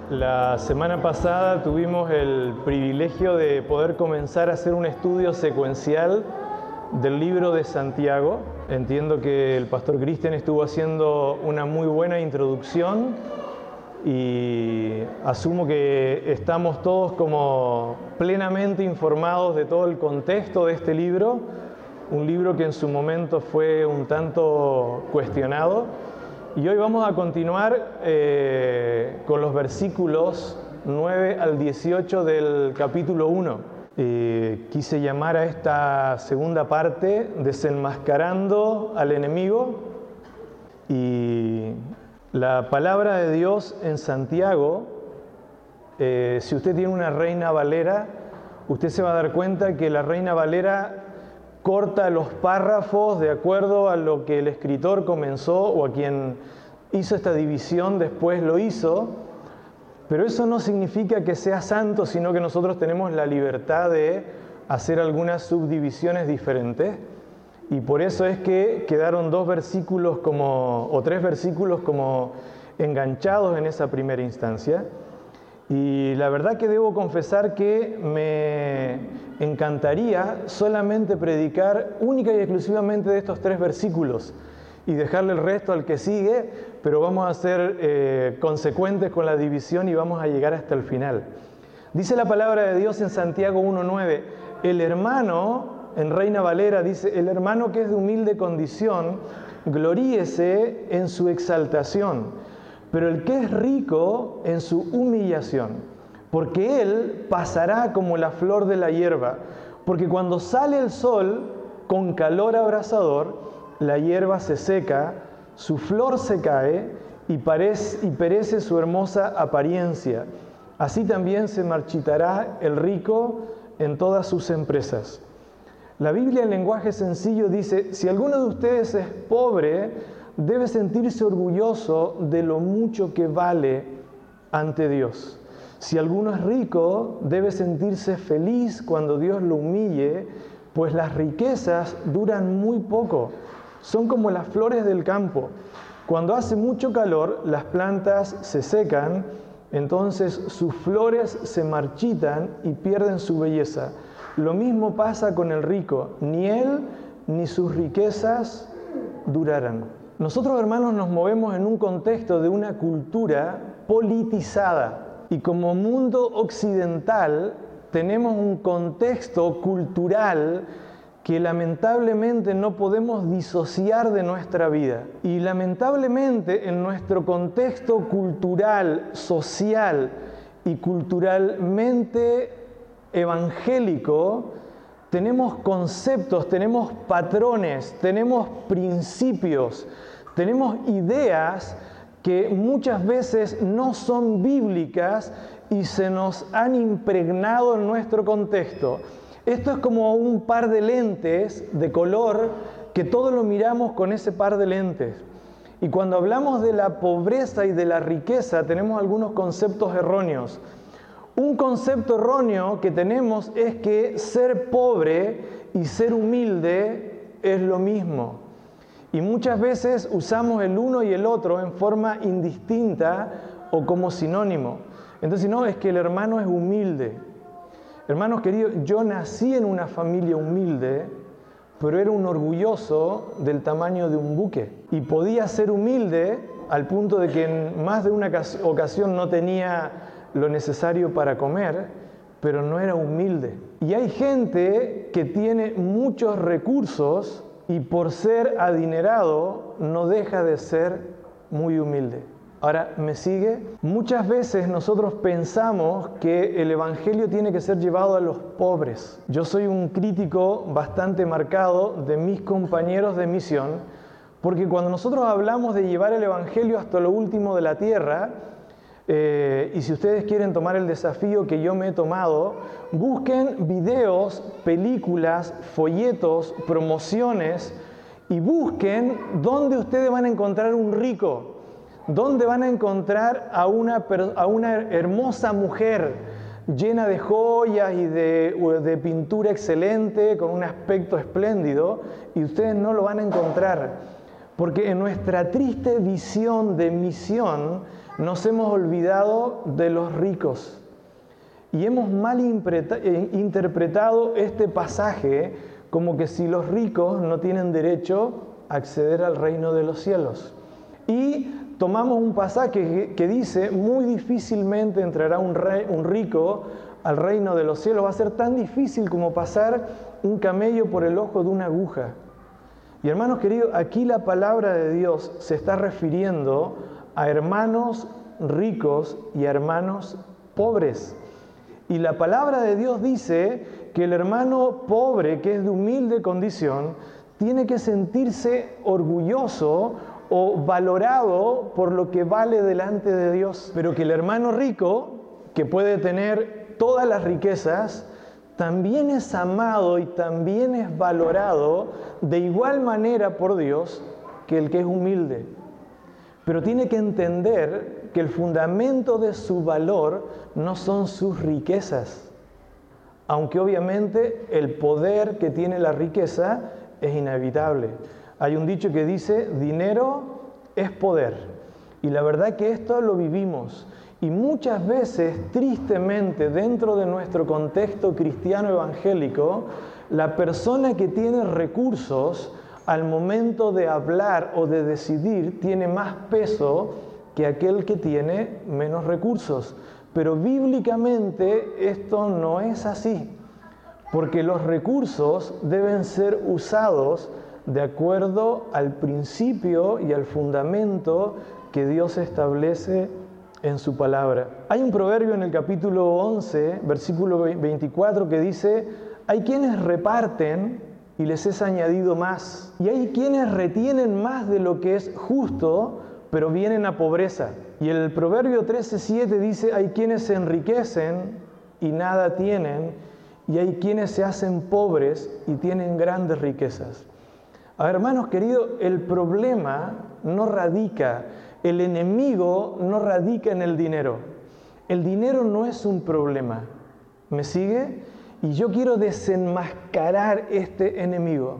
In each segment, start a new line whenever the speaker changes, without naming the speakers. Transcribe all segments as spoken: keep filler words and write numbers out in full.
La semana pasada tuvimos el privilegio de poder comenzar a hacer un estudio secuencial del libro de Santiago. Entiendo que el pastor Cristian estuvo haciendo una muy buena introducción y asumo que estamos todos como plenamente informados de todo el contexto de este libro, un libro que en su momento fue un tanto cuestionado. Y hoy vamos a continuar eh, con los versículos nueve al dieciocho del capítulo uno. Eh, quise llamar a esta segunda parte Desenmascarando al enemigo. Y la palabra de Dios en Santiago, eh, si usted tiene una Reina Valera, usted se va a dar cuenta que la Reina Valera corta los párrafos de acuerdo a lo que el escritor comenzó o a quien hizo esta división después lo hizo, pero eso no significa que sea santo, sino que nosotros tenemos la libertad de hacer algunas subdivisiones diferentes, y por eso es que quedaron dos versículos como, o tres versículos como enganchados en esa primera instancia. Y la verdad que debo confesar que me encantaría solamente predicar única y exclusivamente de estos tres versículos y dejarle el resto al que sigue, pero vamos a ser eh, consecuentes con la división y vamos a llegar hasta el final. Dice la palabra de Dios en Santiago uno nueve, el hermano, en Reina Valera dice, el hermano que es de humilde condición, gloríese en su exaltación, pero el que es rico en su humillación, porque él pasará como la flor de la hierba, porque cuando sale el sol con calor abrasador, la hierba se seca, su flor se cae y, parece, y perece su hermosa apariencia. Así también se marchitará el rico en todas sus empresas. La Biblia en lenguaje sencillo dice, si alguno de ustedes es pobre, debe sentirse orgulloso de lo mucho que vale ante Dios. Si alguno es rico, debe sentirse feliz cuando Dios lo humille, pues las riquezas duran muy poco. Son como las flores del campo. Cuando hace mucho calor, las plantas se secan, entonces sus flores se marchitan y pierden su belleza. Lo mismo pasa con el rico. Ni él ni sus riquezas durarán. Nosotros, hermanos, nos movemos en un contexto de una cultura politizada y como mundo occidental tenemos un contexto cultural que lamentablemente no podemos disociar de nuestra vida. Y lamentablemente en nuestro contexto cultural, social y culturalmente evangélico, tenemos conceptos, tenemos patrones, tenemos principios, tenemos ideas que muchas veces no son bíblicas y se nos han impregnado en nuestro contexto. Esto es como un par de lentes de color que todos lo miramos con ese par de lentes. Y cuando hablamos de la pobreza y de la riqueza, tenemos algunos conceptos erróneos. Un concepto erróneo que tenemos es que ser pobre y ser humilde es lo mismo. Y muchas veces usamos el uno y el otro en forma indistinta o como sinónimo. Entonces, no, es que el hermano es humilde. Hermanos queridos, yo nací en una familia humilde, pero era un orgulloso del tamaño de un buque. Y podía ser humilde al punto de que en más de una ocasión no tenía lo necesario para comer, pero no era humilde. Y hay gente que tiene muchos recursos y por ser adinerado no deja de ser muy humilde. Ahora, ¿me sigue? Muchas veces nosotros pensamos que el evangelio tiene que ser llevado a los pobres. Yo soy un crítico bastante marcado de mis compañeros de misión, porque cuando nosotros hablamos de llevar el evangelio hasta lo último de la tierra, Eh, y si ustedes quieren tomar el desafío que yo me he tomado, busquen videos, películas, folletos, promociones y busquen dónde ustedes van a encontrar un rico, dónde van a encontrar a una, a una hermosa mujer llena de joyas y de, de pintura excelente, con un aspecto espléndido, y ustedes no lo van a encontrar. Porque en nuestra triste visión de misión nos hemos olvidado de los ricos. Y hemos mal interpretado este pasaje como que si los ricos no tienen derecho a acceder al reino de los cielos. Y tomamos un pasaje que dice, muy difícilmente entrará un, rey, un rico al reino de los cielos. Va a ser tan difícil como pasar un camello por el ojo de una aguja. Y hermanos queridos, aquí la palabra de Dios se está refiriendo a hermanos ricos y a hermanos pobres. Y la palabra de Dios dice que el hermano pobre, que es de humilde condición, tiene que sentirse orgulloso o valorado por lo que vale delante de Dios. Pero que el hermano rico, que puede tener todas las riquezas, también es amado y también es valorado de igual manera por Dios que el que es humilde. Pero tiene que entender que el fundamento de su valor no son sus riquezas, aunque obviamente el poder que tiene la riqueza es inevitable. Hay un dicho que dice, dinero es poder. Y la verdad que esto lo vivimos. Y muchas veces, tristemente, dentro de nuestro contexto cristiano evangélico, la persona que tiene recursos, al momento de hablar o de decidir, tiene más peso que aquel que tiene menos recursos. Pero bíblicamente esto no es así, porque los recursos deben ser usados de acuerdo al principio y al fundamento que Dios establece en su palabra. Hay un proverbio en el capítulo once, versículo veinticuatro, que dice, hay quienes reparten y les es añadido más, y hay quienes retienen más de lo que es justo, pero vienen a pobreza. Y el proverbio trece siete dice, hay quienes se enriquecen y nada tienen, y hay quienes se hacen pobres y tienen grandes riquezas. A ver, hermanos queridos, el problema no radica, el enemigo no radica en el dinero. El dinero no es un problema. ¿Me sigue? Y yo quiero desenmascarar este enemigo,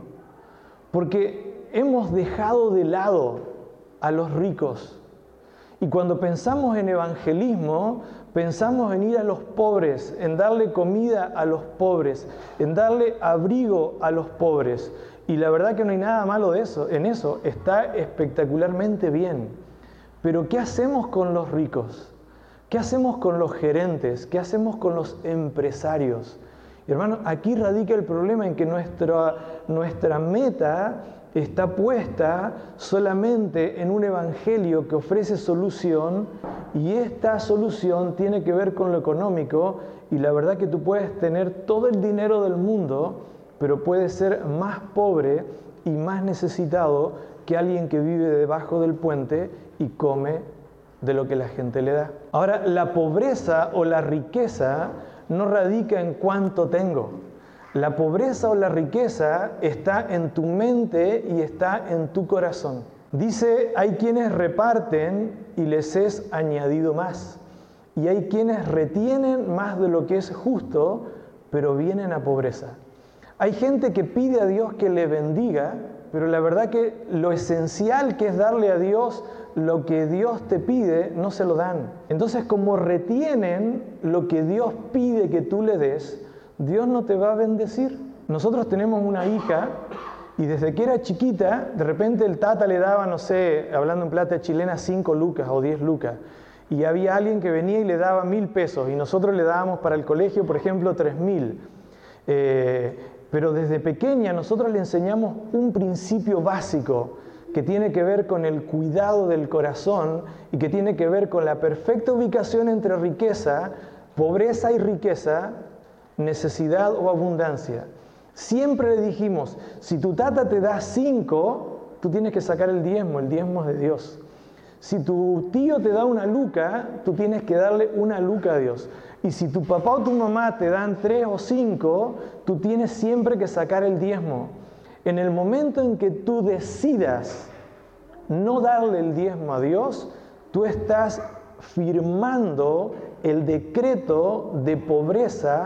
porque hemos dejado de lado a los ricos. Y cuando pensamos en evangelismo, pensamos en ir a los pobres, en darle comida a los pobres, en darle abrigo a los pobres. Y la verdad que no hay nada malo de eso, en eso está espectacularmente bien. Pero ¿qué hacemos con los ricos? ¿Qué hacemos con los gerentes? ¿Qué hacemos con los empresarios? Y hermanos, aquí radica el problema en que nuestra, nuestra meta está puesta solamente en un evangelio que ofrece solución, y esta solución tiene que ver con lo económico, y la verdad que tú puedes tener todo el dinero del mundo, pero puedes ser más pobre y más necesitado que alguien que vive debajo del puente y come de lo que la gente le da. Ahora, la pobreza o la riqueza no radica en cuánto tengo. La pobreza o la riqueza está en tu mente y está en tu corazón. Dice, hay quienes reparten y les es añadido más. Y hay quienes retienen más de lo que es justo, pero vienen a pobreza. Hay gente que pide a Dios que le bendiga, pero la verdad que lo esencial que es darle a Dios lo que Dios te pide, no se lo dan. Entonces, como retienen lo que Dios pide que tú le des, Dios no te va a bendecir. Nosotros tenemos una hija y desde que era chiquita, de repente el tata le daba, no sé, hablando en plata chilena, cinco lucas o diez lucas. Y había alguien que venía y le daba mil pesos y nosotros le dábamos para el colegio, por ejemplo, tres mil. Eh, pero desde pequeña nosotros le enseñamos un principio básico que tiene que ver con el cuidado del corazón y que tiene que ver con la perfecta ubicación entre riqueza, pobreza y riqueza, necesidad o abundancia. Siempre le dijimos, si tu tata te da cinco, tú tienes que sacar el diezmo, el diezmo es de Dios. Si tu tío te da una luca, tú tienes que darle una luca a Dios. Y si tu papá o tu mamá te dan tres o cinco, tú tienes siempre que sacar el diezmo. En el momento en que tú decidas no darle el diezmo a Dios, tú estás firmando el decreto de pobreza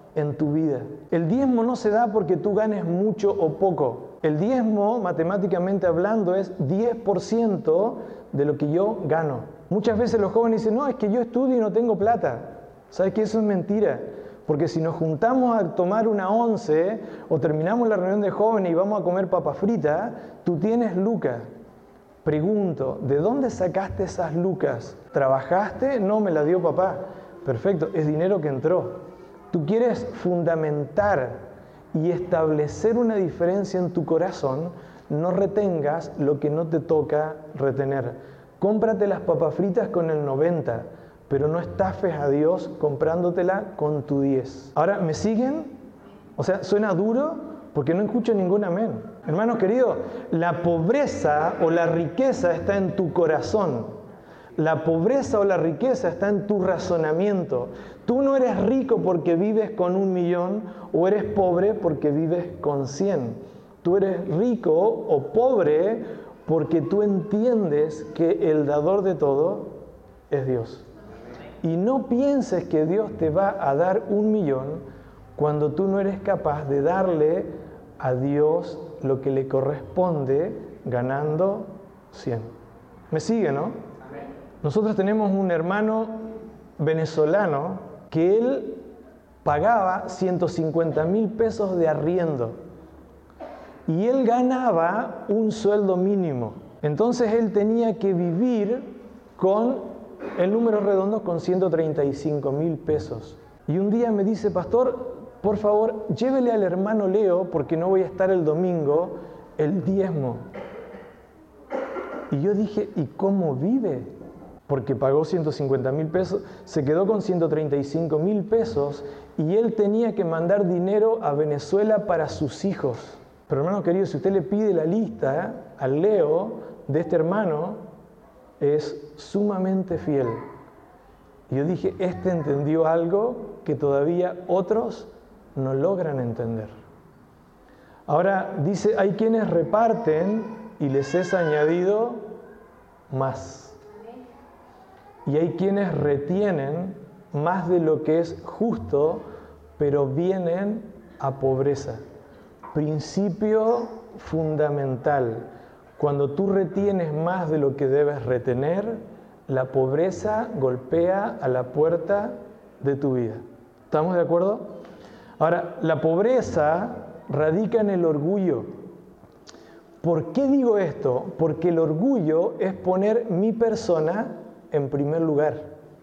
en tu vida. El diezmo no se da porque tú ganes mucho o poco. El diezmo, matemáticamente hablando, es diez por ciento de lo que yo gano. Muchas veces los jóvenes dicen, no, es que yo estudio y no tengo plata. ¿Sabes qué? Eso es mentira. Porque si nos juntamos a tomar una once o terminamos la reunión de jóvenes y vamos a comer papa frita, tú tienes lucas. Pregunto, ¿de dónde sacaste esas lucas? ¿Trabajaste? No, me la dio papá. Perfecto, es dinero que entró. Tú quieres fundamentar y establecer una diferencia en tu corazón, no retengas lo que no te toca retener. Cómprate las papas fritas con el noventa, pero no estafes a Dios comprándotela con tu diez. Ahora, ¿me siguen? O sea, suena duro porque no escucho ningún amén. Hermanos queridos, la pobreza o la riqueza está en tu corazón. La pobreza o la riqueza está en tu razonamiento. Tú no eres rico porque vives con un millón o eres pobre porque vives con cien. Tú eres rico o pobre porque tú entiendes que el dador de todo es Dios. Y no pienses que Dios te va a dar un millón cuando tú no eres capaz de darle a Dios lo que le corresponde ganando cien. ¿Me sigue, no? Nosotros tenemos un hermano venezolano que él pagaba ciento cincuenta mil pesos de arriendo y él ganaba un sueldo mínimo. Entonces él tenía que vivir con, el número redondo, con ciento treinta y cinco mil pesos. Y un día me dice, pastor, por favor, llévele al hermano Leo, porque no voy a estar el domingo, el diezmo. Y yo dije, ¿y cómo vive? Porque pagó ciento cincuenta mil pesos, se quedó con ciento treinta y cinco mil pesos y él tenía que mandar dinero a Venezuela para sus hijos. Pero hermano querido, si usted le pide la lista ¿eh? al Leo de este hermano, es sumamente fiel. Y yo dije, este entendió algo que todavía otros no logran entender. Ahora dice, hay quienes reparten y les es añadido más. Y hay quienes retienen más de lo que es justo, pero vienen a pobreza. Principio fundamental. Cuando tú retienes más de lo que debes retener, la pobreza golpea a la puerta de tu vida. ¿Estamos de acuerdo? Ahora, la pobreza radica en el orgullo. ¿Por qué digo esto? Porque el orgullo es poner mi persona en primer lugar.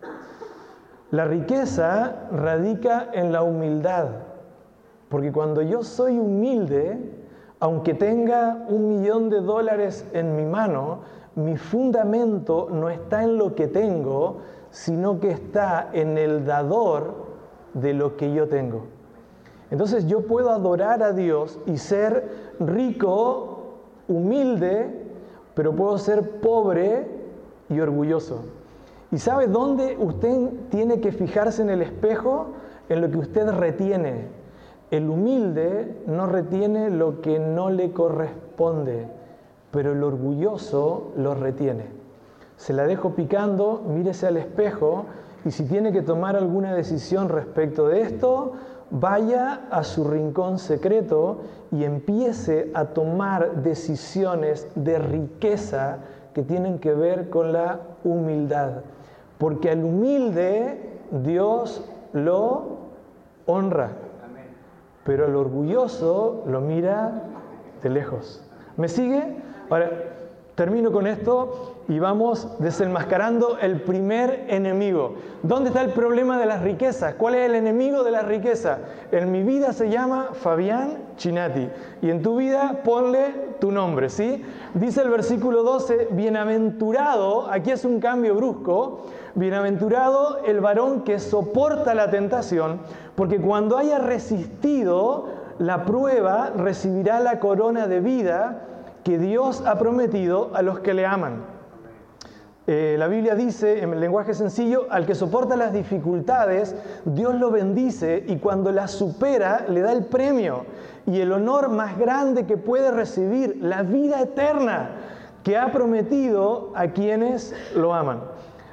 La riqueza radica en la humildad, porque cuando yo soy humilde, aunque tenga un millón de dólares en mi mano, mi fundamento no está en lo que tengo, sino que está en el dador de lo que yo tengo. Entonces yo puedo adorar a Dios y ser rico, humilde, pero puedo ser pobre y orgulloso. ¿Y sabe dónde usted tiene que fijarse en el espejo? En lo que usted retiene. El humilde no retiene lo que no le corresponde, pero el orgulloso lo retiene. Se la dejo picando, mírese al espejo y si tiene que tomar alguna decisión respecto de esto, vaya a su rincón secreto y empiece a tomar decisiones de riqueza que tienen que ver con la humildad. Porque al humilde Dios lo honra, pero al orgulloso lo mira de lejos. ¿Me sigue? Ahora, termino con esto y vamos desenmascarando el primer enemigo. ¿Dónde está el problema de las riquezas? ¿Cuál es el enemigo de la riqueza? En mi vida se llama Fabián Chinati y en tu vida ponle tu nombre, ¿sí? Dice el versículo doce, bienaventurado, aquí es un cambio brusco, bienaventurado el varón que soporta la tentación, porque cuando haya resistido la prueba recibirá la corona de vida que Dios ha prometido a los que le aman. Eh, la Biblia dice, en lenguaje sencillo, al que soporta las dificultades, Dios lo bendice y cuando las supera le da el premio y el honor más grande que puede recibir, la vida eterna que ha prometido a quienes lo aman.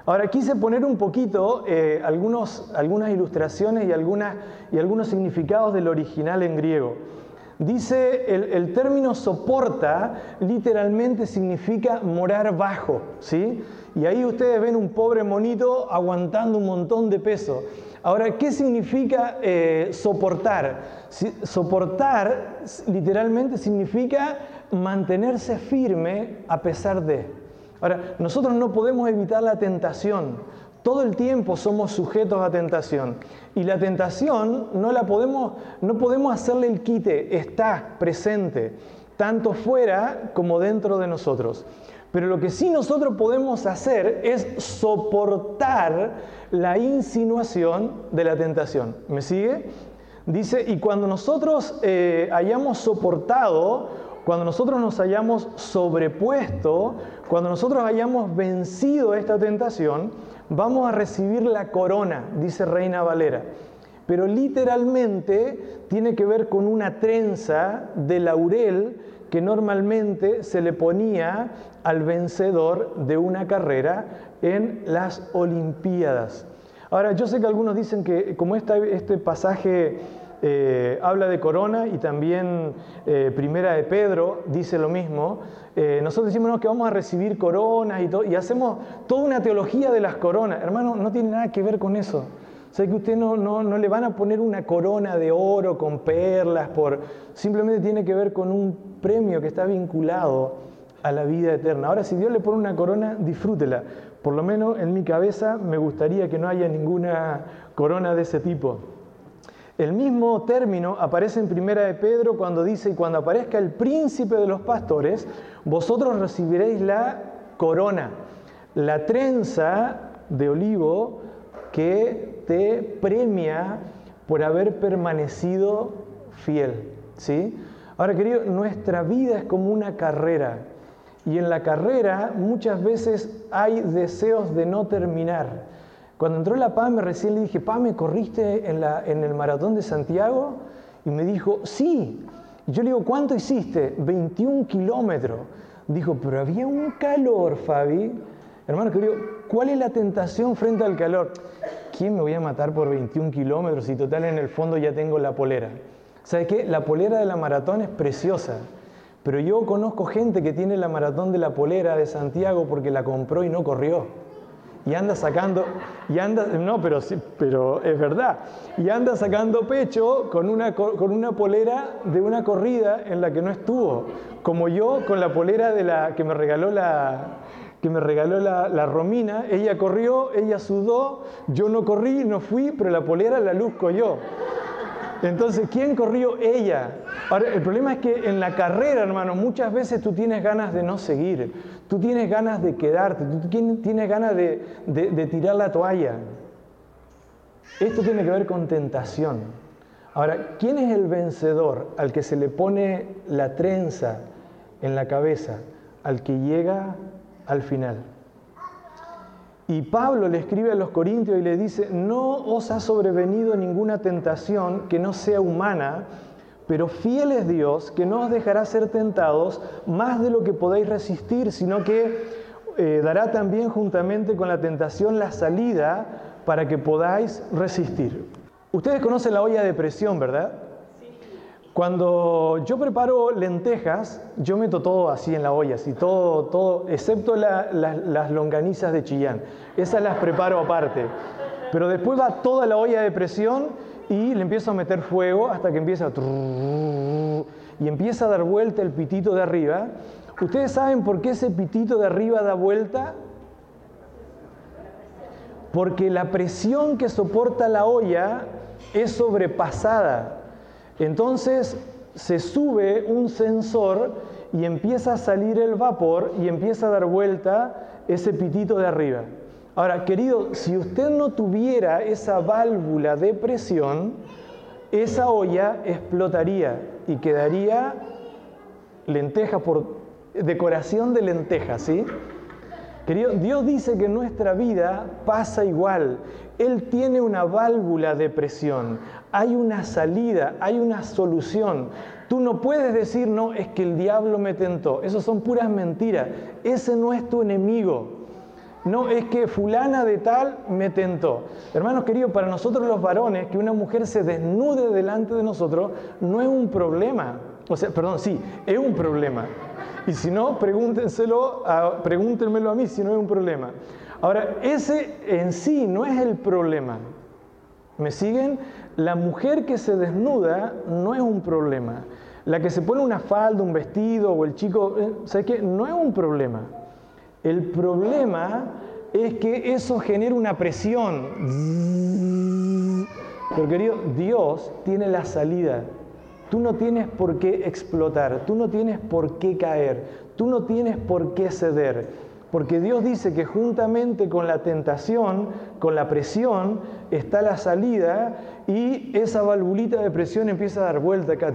Ahora, quise poner un poquito eh, algunos, algunas ilustraciones y, algunas, y algunos significados del original en griego. Dice, el, el término soporta literalmente significa morar bajo, ¿sí? Y ahí ustedes ven un pobre monito aguantando un montón de peso. Ahora, ¿qué significa eh, soportar? Si, soportar literalmente significa mantenerse firme a pesar de. Ahora, nosotros no podemos evitar la tentación. Todo el tiempo somos sujetos a tentación. Y la tentación no la podemos, no podemos hacerle el quite, está presente, tanto fuera como dentro de nosotros. Pero lo que sí nosotros podemos hacer es soportar la insinuación de la tentación. ¿Me sigue? Dice, y cuando nosotros eh, hayamos soportado, cuando nosotros nos hayamos sobrepuesto, cuando nosotros hayamos vencido esta tentación, vamos a recibir la corona, dice Reina Valera. Pero literalmente tiene que ver con una trenza de laurel que normalmente se le ponía al vencedor de una carrera en las Olimpiadas. Ahora, yo sé que algunos dicen que como esta, este pasaje eh, habla de corona y también eh, Primera de Pedro dice lo mismo, eh, nosotros decimos no, que vamos a recibir coronas y, todo, y hacemos toda una teología de las coronas. Hermano, no tiene nada que ver con eso. O sea, que usted no, no, no le van a poner una corona de oro con perlas, por, simplemente tiene que ver con un premio que está vinculado a la vida eterna. Ahora, si Dios le pone una corona, disfrútela. Por lo menos en mi cabeza me gustaría que no haya ninguna corona de ese tipo. El mismo término aparece en Primera de Pedro cuando dice, y cuando aparezca el príncipe de los pastores, vosotros recibiréis la corona, la trenza de olivo que te premia por haber permanecido fiel, ¿sí? Ahora, querido, nuestra vida es como una carrera. Y en la carrera muchas veces hay deseos de no terminar. Cuando entró la Pame, recién le dije, Pame, ¿corriste en, la, en el maratón de Santiago? Y me dijo, sí. Y yo le digo, ¿cuánto hiciste? veintiún kilómetros. Dijo, pero había un calor, Fabi. Hermano querido, ¿cuál es la tentación frente al calor? ¿Quién me voy a matar por veintiún kilómetros y total en el fondo ya tengo la polera? ¿Sabes qué? La polera de la maratón es preciosa. Pero yo conozco gente que tiene la maratón de la polera de Santiago porque la compró y no corrió. Y anda sacando, y anda, no, pero, sí, pero es verdad, y anda sacando pecho con una, con una polera de una corrida en la que no estuvo. Como yo con la polera de la que me regaló la, que me regaló la, la Romina, ella corrió, ella sudó, yo no corrí, no fui, pero la polera la luzco yo. Entonces, ¿quién corrió? Ella. Ahora, el problema es que en la carrera, hermano, muchas veces tú tienes ganas de no seguir, tú tienes ganas de quedarte, tú tienes ganas de, de, de tirar la toalla. Esto tiene que ver con tentación. Ahora, ¿quién es el vencedor al que se le pone la trenza en la cabeza? Al que llega al final. Y Pablo le escribe a los Corintios y le dice, no os ha sobrevenido ninguna tentación que no sea humana, pero fiel es Dios, que no os dejará ser tentados más de lo que podéis resistir, sino que eh, dará también juntamente con la tentación la salida para que podáis resistir. Ustedes conocen la olla de presión, ¿verdad? Cuando yo preparo lentejas, yo meto todo así en la olla, así todo, todo, excepto la, la, las longanizas de Chillán. Esas las preparo aparte. Pero después va toda la olla de presión y le empiezo a meter fuego hasta que empieza a... y empieza a dar vuelta el pitito de arriba. ¿Ustedes saben por qué ese pitito de arriba da vuelta? Porque la presión que soporta la olla es sobrepasada. Entonces se sube un sensor y empieza a salir el vapor y empieza a dar vuelta ese pitito de arriba. Ahora, querido, si usted no tuviera esa válvula de presión, esa olla explotaría y quedaría lenteja por decoración de lentejas, ¿sí? Querido, Dios dice que nuestra vida pasa igual. Él tiene una válvula de presión. Hay una salida, hay una solución. Tú no puedes decir, no, es que el diablo me tentó. Eso son puras mentiras. Ese no es tu enemigo. No, es que fulana de tal me tentó. Hermanos queridos, para nosotros los varones, que una mujer se desnude delante de nosotros no es un problema. O sea, perdón, sí, es un problema. Y si no, pregúntenselo a, pregúntenmelo a mí si no es un problema. Ahora, ese en sí no es el problema. ¿Me siguen? La mujer que se desnuda no es un problema. La que se pone una falda, un vestido, o el chico, ¿sabes qué? No es un problema. El problema es que eso genera una presión. Pero querido, Dios tiene la salida. Tú no tienes por qué explotar, tú no tienes por qué caer, tú no tienes por qué ceder. Porque Dios dice que juntamente con la tentación, con la presión, está la salida y esa valvulita de presión empieza a dar vuelta acá.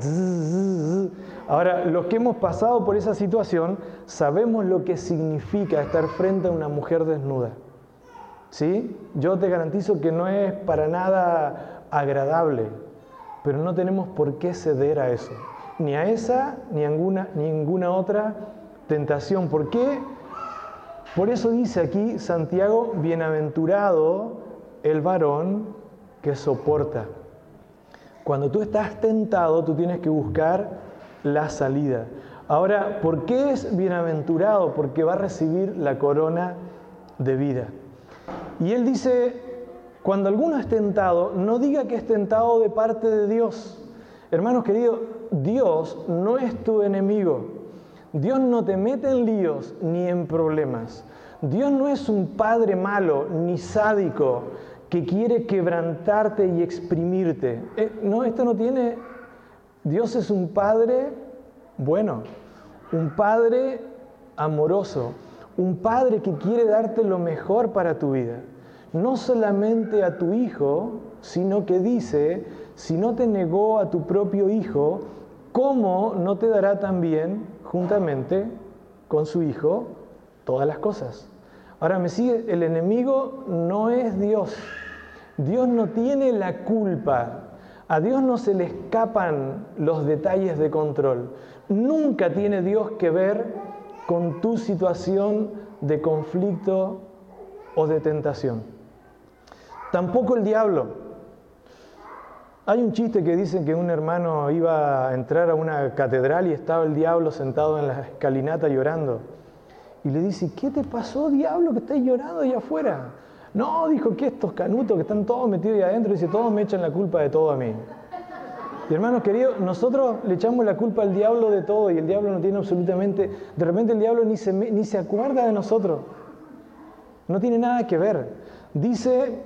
Ahora, los que hemos pasado por esa situación, sabemos lo que significa estar frente a una mujer desnuda. ¿Sí? Yo te garantizo que no es para nada agradable, pero no tenemos por qué ceder a eso. Ni a esa, ni a ninguna, ninguna otra tentación. ¿Por qué? Por eso dice aquí Santiago, bienaventurado el varón que soporta. Cuando tú estás tentado, tú tienes que buscar la salida. Ahora, ¿por qué es bienaventurado? Porque va a recibir la corona de vida. Y él dice, cuando alguno es tentado, no diga que es tentado de parte de Dios. Hermanos queridos, Dios no es tu enemigo. Dios no te mete en líos ni en problemas. Dios no es un padre malo ni sádico que quiere quebrantarte y exprimirte. Eh, no, esto no tiene... Dios es un padre bueno, un padre amoroso, un padre que quiere darte lo mejor para tu vida. No solamente a tu hijo, sino que dice, si no te negó a tu propio hijo, ¿cómo no te dará también, juntamente con su hijo, todas las cosas? Ahora, ¿me sigue? El enemigo no es Dios. Dios no tiene la culpa. A Dios no se le escapan los detalles de control. Nunca tiene Dios que ver con tu situación de conflicto o de tentación. Tampoco el diablo. Hay un chiste que dicen que un hermano iba a entrar a una catedral y estaba el diablo sentado en la escalinata llorando. Y le dice, ¿qué te pasó, diablo, que estás llorando allá afuera? No, dijo que estos canutos que están todos metidos ahí adentro, dice, todos me echan la culpa de todo a mí. Y hermanos queridos, nosotros le echamos la culpa al diablo de todo y el diablo no tiene absolutamente, de repente el diablo ni se, ni se acuerda de nosotros. No tiene nada que ver. Dice,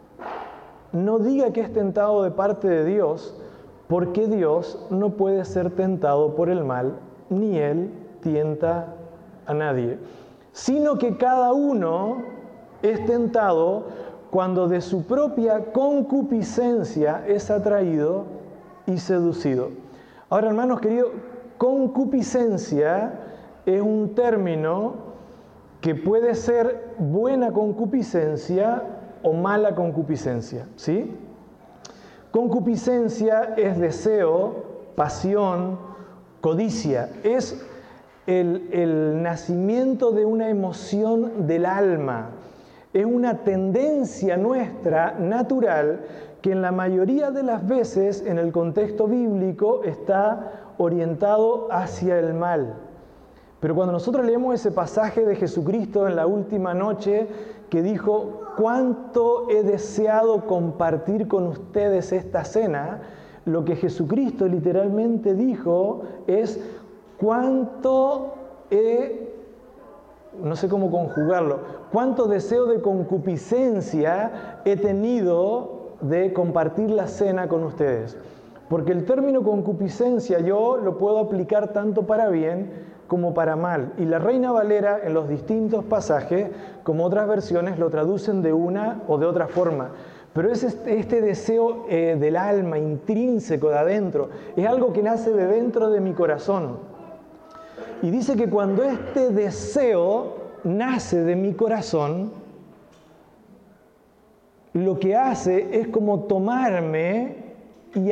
no diga que es tentado de parte de Dios, porque Dios no puede ser tentado por el mal, ni Él tienta a nadie, sino que cada uno es tentado cuando de su propia concupiscencia es atraído y seducido. Ahora, hermanos queridos, concupiscencia es un término que puede ser buena concupiscencia o mala concupiscencia, ¿sí? Concupiscencia es deseo, pasión, codicia, es el, el nacimiento de una emoción del alma, es una tendencia nuestra natural que en la mayoría de las veces en el contexto bíblico está orientado hacia el mal. Pero cuando nosotros leemos ese pasaje de Jesucristo en la última noche que dijo, cuánto he deseado compartir con ustedes esta cena, lo que Jesucristo literalmente dijo es, cuánto he, no sé cómo conjugarlo, cuánto deseo de concupiscencia he tenido de compartir la cena con ustedes. Porque el término concupiscencia yo lo puedo aplicar tanto para bien como para mal. Y la Reina Valera en los distintos pasajes, como otras versiones, lo traducen de una o de otra forma. Pero es este, este deseo eh, del alma, intrínseco de adentro, es algo que nace de dentro de mi corazón. Y dice que cuando este deseo nace de mi corazón, lo que hace es como tomarme y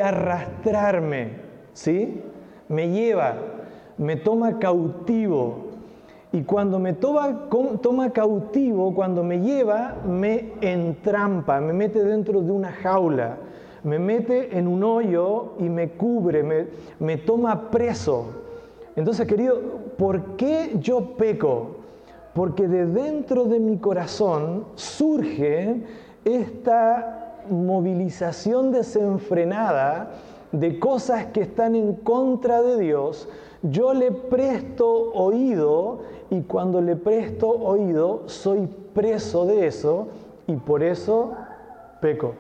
arrastrarme, ¿sí? Me lleva, me toma cautivo. Y cuando me toma, toma cautivo, cuando me lleva, me entrampa, me mete dentro de una jaula, me mete en un hoyo y me cubre, me, me toma preso. Entonces, querido, ¿por qué yo peco? Porque de dentro de mi corazón surge esta movilización desenfrenada de cosas que están en contra de Dios. Yo le presto oído y cuando le presto oído soy preso de eso y por eso peco.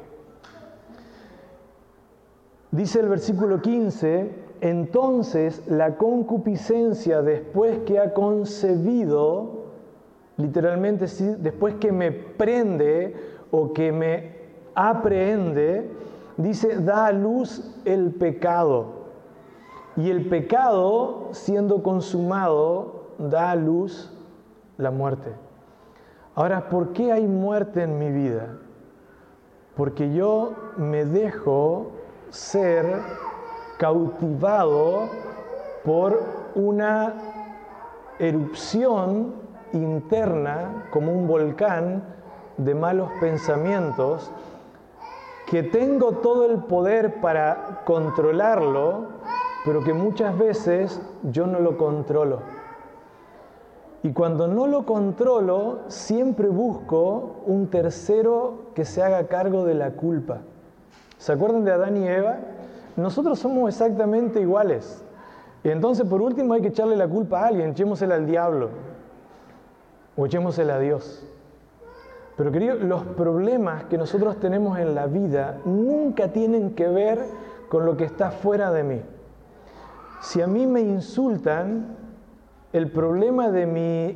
Dice el versículo quince, entonces la concupiscencia después que ha concebido, literalmente después que me prende o que me aprehende, dice, da a luz el pecado. Y el pecado, siendo consumado, da a luz la muerte. Ahora, ¿por qué hay muerte en mi vida? Porque yo me dejo ser cautivado por una erupción interna, como un volcán, de malos pensamientos, que tengo todo el poder para controlarlo, pero que muchas veces yo no lo controlo. Y cuando no lo controlo, siempre busco un tercero que se haga cargo de la culpa. ¿Se acuerdan de Adán y Eva? Nosotros somos exactamente iguales. Y entonces, por último, hay que echarle la culpa a alguien. Echémosela al diablo. O echémosela a Dios. Pero, queridos, los problemas que nosotros tenemos en la vida nunca tienen que ver con lo que está fuera de mí. Si a mí me insultan, el problema de mi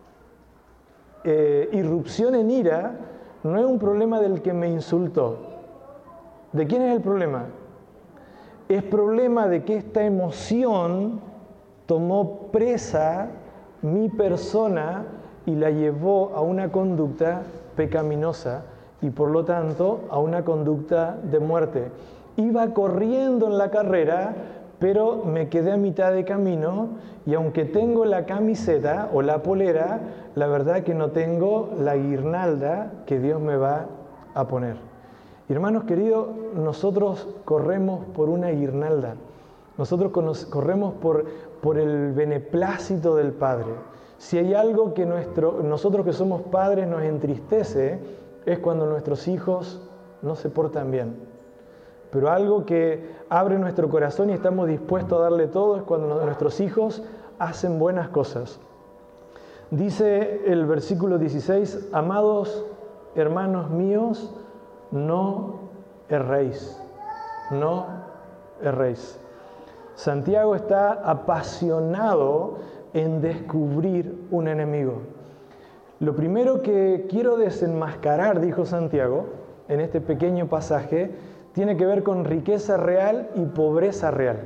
eh, irrupción en ira no es un problema del que me insultó. ¿De quién es el problema? Es problema de que esta emoción tomó presa mi persona y la llevó a una conducta pecaminosa y por lo tanto a una conducta de muerte. Iba corriendo en la carrera, pero me quedé a mitad de camino y aunque tengo la camiseta o la polera, la verdad que no tengo la guirnalda que Dios me va a poner. Hermanos queridos, nosotros corremos por una guirnalda. Nosotros corremos por, por el beneplácito del Padre. Si hay algo que nuestro, nosotros que somos padres nos entristece, es cuando nuestros hijos no se portan bien. Pero algo que abre nuestro corazón y estamos dispuestos a darle todo es cuando nuestros hijos hacen buenas cosas. Dice el versículo dieciséis, amados hermanos míos, no erréis, no erréis. Santiago está apasionado en descubrir un enemigo. Lo primero que quiero desenmascarar, dijo Santiago, en este pequeño pasaje, tiene que ver con riqueza real y pobreza real.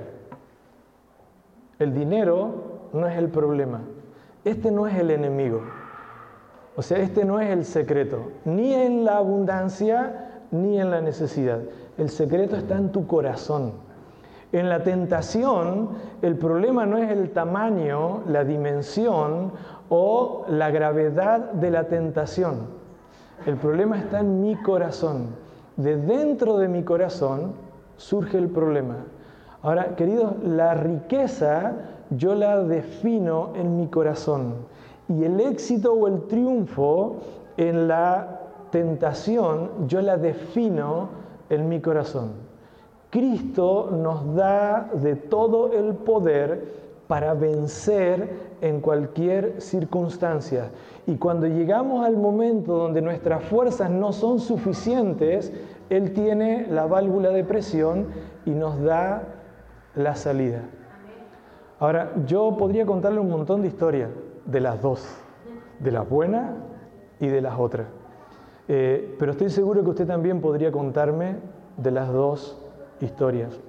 El dinero no es el problema. Este no es el enemigo. O sea, este no es el secreto. Ni en la abundancia, ni en la necesidad. El secreto está en tu corazón. En la tentación, el problema no es el tamaño, la dimensión o la gravedad de la tentación. El problema está en mi corazón. De dentro de mi corazón surge el problema. Ahora, queridos, la riqueza yo la defino en mi corazón. Y el éxito o el triunfo en la tentación yo la defino en mi corazón. Cristo nos da de todo el poder para vencer en cualquier circunstancia. Y cuando llegamos al momento donde nuestras fuerzas no son suficientes, Él tiene la válvula de presión y nos da la salida. Ahora, yo podría contarle un montón de historias de las dos, de las buenas y de las otras. Eh, pero estoy seguro que usted también podría contarme de las dos historias.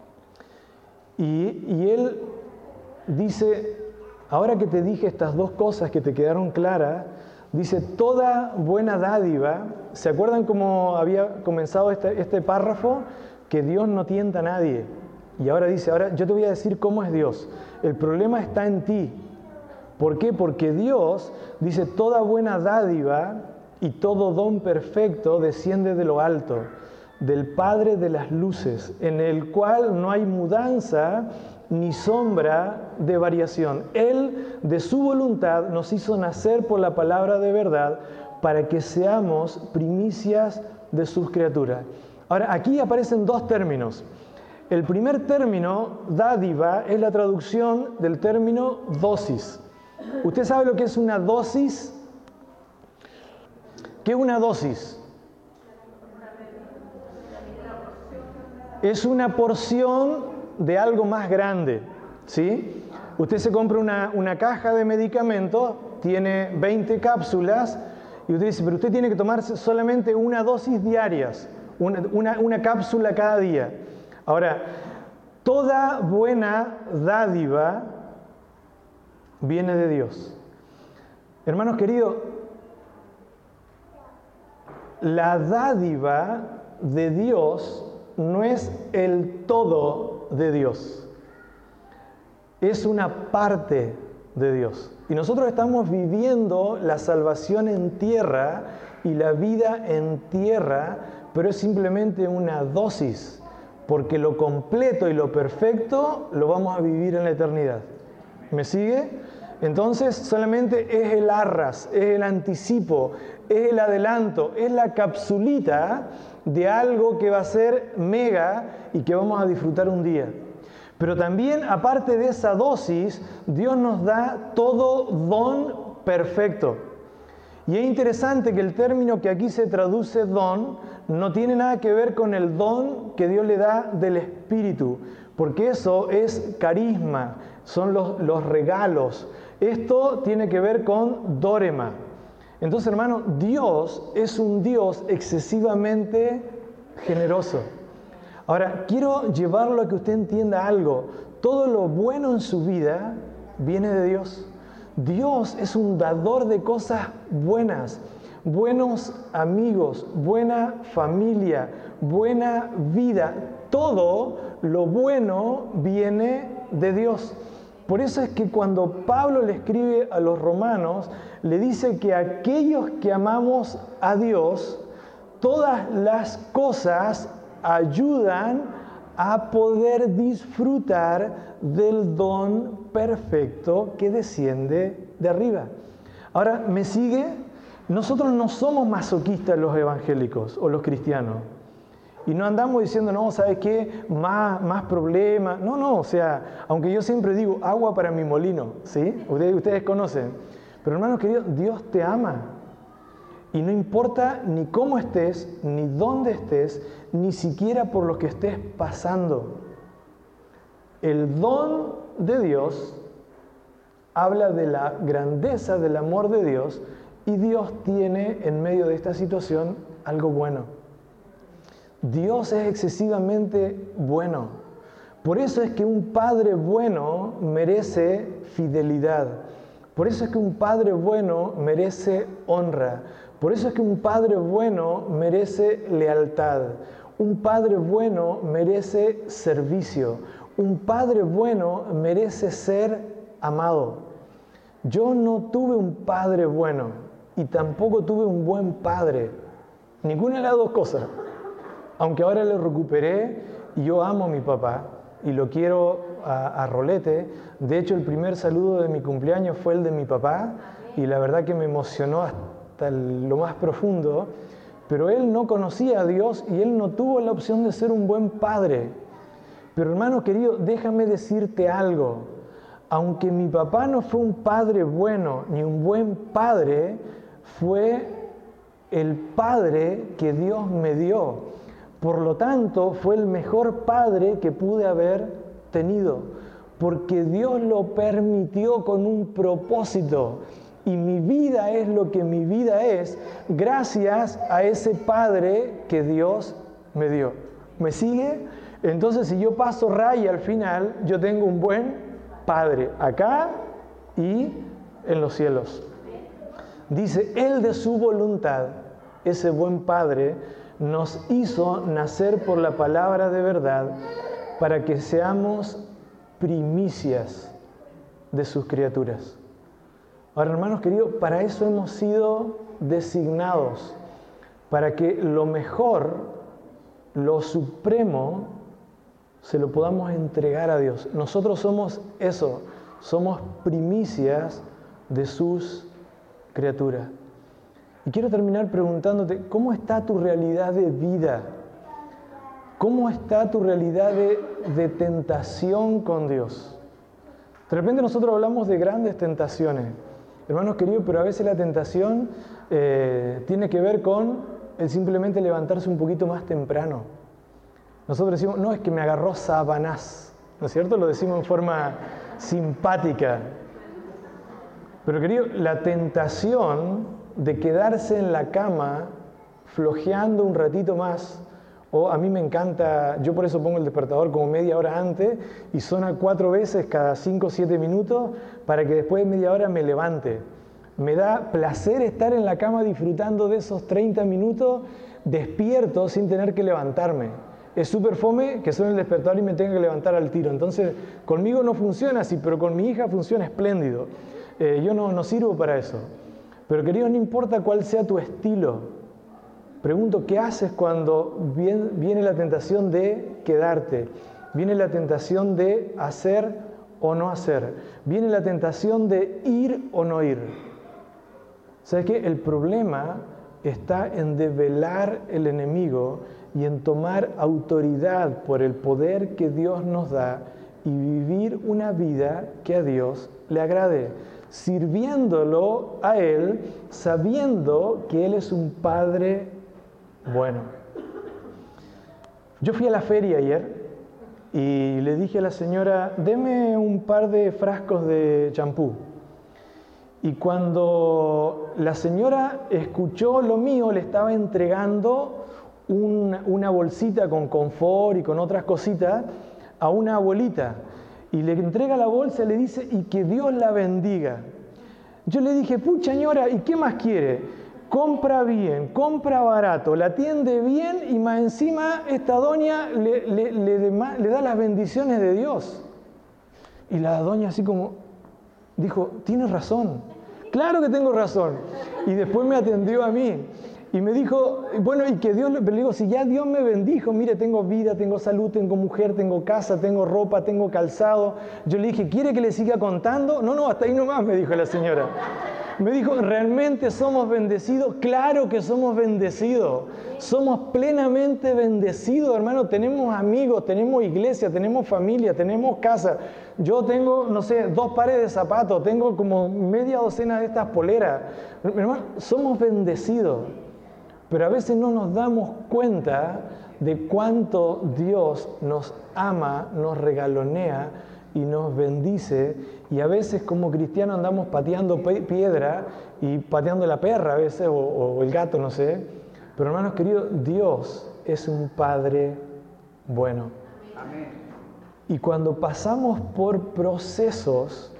Y, y Él dice, ahora que te dije estas dos cosas que te quedaron claras, dice, toda buena dádiva, ¿se acuerdan cómo había comenzado este, este párrafo? Que Dios no tienta a nadie. Y ahora dice, ahora yo te voy a decir cómo es Dios. El problema está en ti, ¿Por qué? Porque Dios dice, toda buena dádiva y todo don perfecto desciende de lo alto, del Padre de las luces, en el cual no hay mudanza ni sombra de variación. Él, de su voluntad, nos hizo nacer por la palabra de verdad para que seamos primicias de sus criaturas. Ahora, aquí aparecen dos términos. El primer término, dádiva, es la traducción del término dosis. ¿Usted sabe lo que es una dosis? ¿Qué es una dosis? Es una porción de algo más grande, ¿sí? Usted se compra una, una caja de medicamentos, tiene veinte cápsulas, y usted dice, pero usted tiene que tomarse solamente una dosis diarias, una, una, una cápsula cada día. Ahora, toda buena dádiva viene de Dios. Hermanos queridos, la dádiva de Dios no es el todo de Dios, es una parte de Dios. Y nosotros estamos viviendo la salvación en tierra y la vida en tierra, pero es simplemente una dosis, porque lo completo y lo perfecto lo vamos a vivir en la eternidad. ¿Me sigue? Entonces solamente es el arras, es el anticipo, es el adelanto, es la capsulita de algo que va a ser mega y que vamos a disfrutar un día. Pero también, aparte de esa dosis, Dios nos da todo don perfecto. Y es interesante que el término que aquí se traduce don no tiene nada que ver con el don que Dios le da del Espíritu, porque eso es carisma, son los, los regalos. Esto tiene que ver con dórema. Entonces, hermano, Dios es un Dios excesivamente generoso. Ahora, quiero llevarlo a que usted entienda algo. Todo lo bueno en su vida viene de Dios. Dios es un dador de cosas buenas, buenos amigos, buena familia, buena vida. Todo lo bueno viene de Dios. Por eso es que cuando Pablo le escribe a los romanos, le dice que aquellos que amamos a Dios, todas las cosas ayudan a poder disfrutar del don perfecto que desciende de arriba. Ahora, ¿me sigue? Nosotros no somos masoquistas los evangélicos o los cristianos. Y no andamos diciendo, no, ¿sabes qué? Más, más problemas. No, no, o sea, aunque yo siempre digo, agua para mi molino, ¿sí? Ustedes, ustedes conocen. Pero hermanos queridos, Dios te ama. Y no importa ni cómo estés, ni dónde estés, ni siquiera por lo que estés pasando. El don de Dios habla de la grandeza del amor de Dios y Dios tiene en medio de esta situación algo bueno. Dios es excesivamente bueno. Por eso es que un padre bueno merece fidelidad. Por eso es que un padre bueno merece honra. Por eso es que un padre bueno merece lealtad. Un padre bueno merece servicio. Un padre bueno merece ser amado. Yo no tuve un padre bueno y tampoco tuve un buen padre. Ninguna de las dos cosas. Aunque ahora lo recuperé y yo amo a mi papá y lo quiero a, a rolete. De hecho, el primer saludo de mi cumpleaños fue el de mi papá y la verdad que me emocionó hasta lo más profundo. Pero él no conocía a Dios y él no tuvo la opción de ser un buen padre. Pero hermano querido, déjame decirte algo. Aunque mi papá no fue un padre bueno ni un buen padre, fue el padre que Dios me dio. Por lo tanto, fue el mejor padre que pude haber tenido, porque Dios lo permitió con un propósito. Y mi vida es lo que mi vida es gracias a ese padre que Dios me dio. ¿Me sigue? Entonces, si yo paso raya al final, yo tengo un buen padre acá y en los cielos. Dice, Él de su voluntad, ese buen padre, nos hizo nacer por la palabra de verdad para que seamos primicias de sus criaturas. Ahora, hermanos queridos, para eso hemos sido designados, para que lo mejor, lo supremo, se lo podamos entregar a Dios. Nosotros somos eso, somos primicias de sus criaturas. Y quiero terminar preguntándote, ¿cómo está tu realidad de vida? ¿Cómo está tu realidad de, de tentación con Dios? De repente nosotros hablamos de grandes tentaciones, hermanos queridos, pero a veces la tentación eh, tiene que ver con el simplemente levantarse un poquito más temprano. Nosotros decimos, no, es que me agarró Satanás, ¿no es cierto? Lo decimos en forma simpática. Pero querido, la tentación de quedarse en la cama flojeando un ratito más, o a mí me encanta, yo por eso pongo el despertador como media hora antes y suena cuatro veces cada cinco o siete minutos para que después de media hora me levante. Me da placer estar en la cama disfrutando de esos treinta minutos despierto sin tener que levantarme. Es súper fome que suene el despertador y me tenga que levantar al tiro. Entonces, conmigo no funciona así, pero con mi hija funciona espléndido. Eh, yo no, no sirvo para eso. Pero querido, no importa cuál sea tu estilo. Pregunto, ¿qué haces cuando viene la tentación de quedarte? Viene la tentación de hacer o no hacer. Viene la tentación de ir o no ir. ¿Sabes qué? El problema está en develar el enemigo y en tomar autoridad por el poder que Dios nos da y vivir una vida que a Dios le agrade, sirviéndolo a Él, sabiendo que Él es un Padre bueno. Yo fui a la feria ayer y le dije a la señora, deme un par de frascos de champú. Y cuando la señora escuchó lo mío, le estaba entregando una, una bolsita con confort y con otras cositas a una abuelita. Y le entrega la bolsa y le dice, y que Dios la bendiga. Yo le dije, pucha señora, ¿y qué más quiere? Compra bien, compra barato, la atiende bien y más encima esta doña le, le, le, le da las bendiciones de Dios. Y la doña así como dijo, tienes razón, claro que tengo razón. Y después me atendió a mí y me dijo, bueno, y que Dios, le digo, si ya Dios me bendijo, mire, tengo vida, tengo salud, tengo mujer, tengo casa, tengo ropa, tengo calzado. Yo le dije, ¿quiere que le siga contando? No, no, hasta ahí nomás, me dijo la señora. Me dijo, ¿realmente somos bendecidos? Claro que somos bendecidos. Somos plenamente bendecidos, hermano. Tenemos amigos, tenemos iglesia, tenemos familia, tenemos casa. Yo tengo, no sé, dos pares de zapatos, tengo como media docena de estas poleras. Hermano, somos bendecidos. Pero a veces no nos damos cuenta de cuánto Dios nos ama, nos regalonea y nos bendice, y a veces como cristianos andamos pateando piedra y pateando la perra a veces, o, o el gato, no sé. Pero hermanos queridos, Dios es un Padre bueno. Amén. Y cuando pasamos por procesos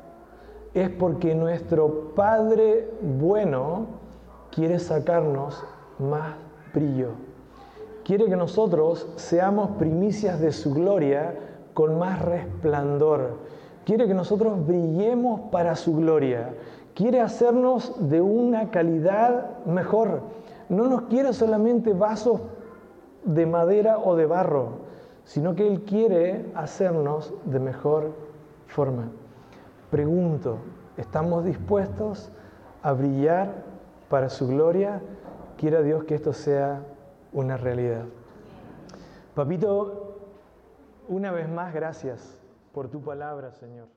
es porque nuestro Padre bueno quiere sacarnos más brillo. Quiere que nosotros seamos primicias de su gloria con más resplandor. Quiere que nosotros brillemos para su gloria. Quiere hacernos de una calidad mejor. No nos quiere solamente vasos de madera o de barro, sino que Él quiere hacernos de mejor forma. Pregunto, ¿estamos dispuestos a brillar para su gloria? Quiera Dios que esto sea una realidad. Papito, una vez más, gracias por tu palabra, Señor.